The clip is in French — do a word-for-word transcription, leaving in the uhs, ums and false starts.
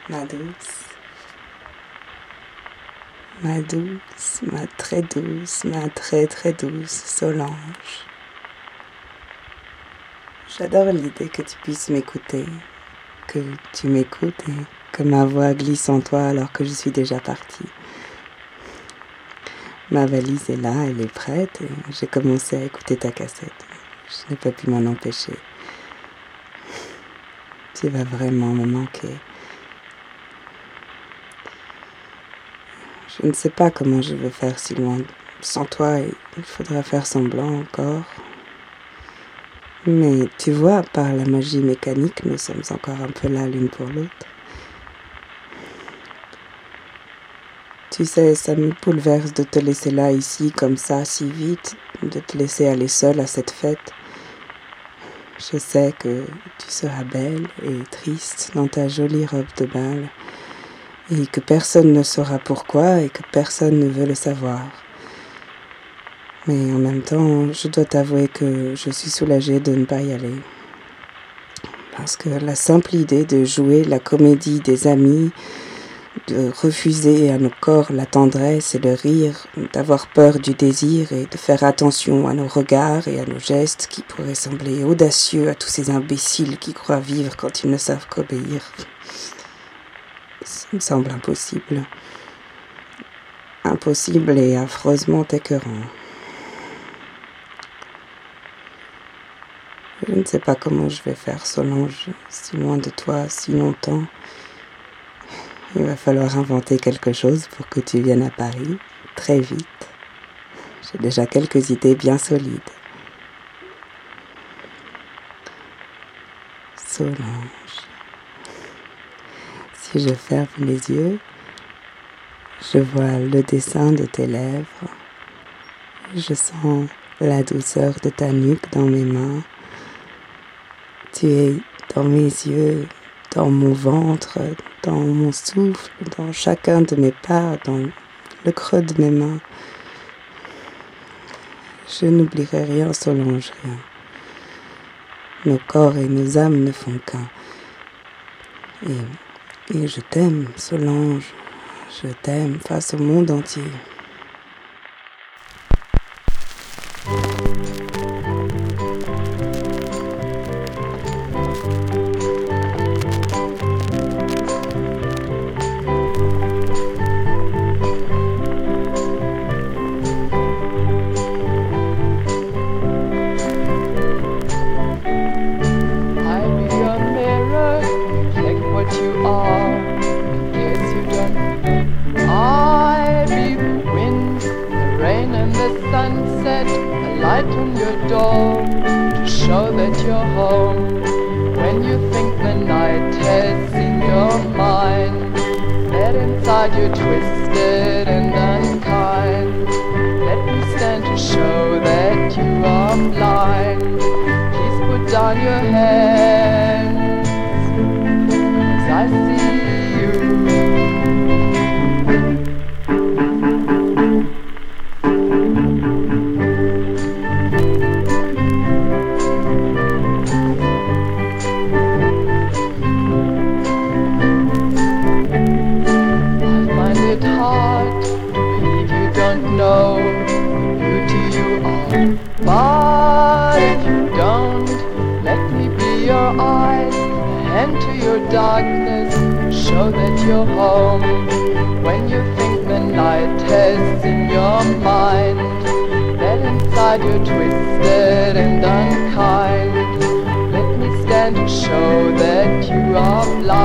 ma douce, ma douce, ma très douce, ma très très douce Solange. J'adore l'idée que tu puisses m'écouter, que tu m'écoutes et que ma voix glisse en toi alors que je suis déjà partie. Ma valise est là, elle est prête et j'ai commencé à écouter ta cassette. Je n'ai pas pu m'en empêcher. Tu vas vraiment me manquer. Je ne sais pas comment je vais faire si loin. Sans toi, il faudra faire semblant encore. Mais tu vois, par la magie mécanique, nous sommes encore un peu là l'une pour l'autre. Tu sais, ça me bouleverse de te laisser là, ici, comme ça, si vite, de te laisser aller seule à cette fête. Je sais que tu seras belle et triste dans ta jolie robe de bal, et que personne ne saura pourquoi et que personne ne veut le savoir. Mais en même temps, je dois t'avouer que je suis soulagée de ne pas y aller. Parce que la simple idée de jouer la comédie des amis, de refuser à nos corps la tendresse et le rire, d'avoir peur du désir et de faire attention à nos regards et à nos gestes qui pourraient sembler audacieux à tous ces imbéciles qui croient vivre quand ils ne savent qu'obéir. Ça me semble impossible. Impossible et affreusement écœurant. Je ne sais pas comment je vais faire, Solange, si loin de toi, si longtemps. Il va falloir inventer quelque chose pour que tu viennes à Paris, très vite. J'ai déjà quelques idées bien solides. Solange. Si je ferme les yeux, je vois le dessin de tes lèvres. Je sens la douceur de ta nuque dans mes mains. Tu es dans mes yeux, dans mon ventre, dans mon souffle, dans chacun de mes pas, dans le creux de mes mains. Je n'oublierai rien, Solange, rien. Nos corps et nos âmes ne font qu'un. Et, et je t'aime, Solange. Je t'aime face au monde entier. Light on your door to show that you're home. When you think the night has seen your mind, that inside you're twisted and unkind. Let me stand to show that you are blind. Please put down your hands as I see you. Know the beauty you are, but if you don't, let me be your eyes, a hand to your darkness, show that you're home. When you think the night has in your mind, that inside you're twisted and unkind, let me stand to show that you are blind.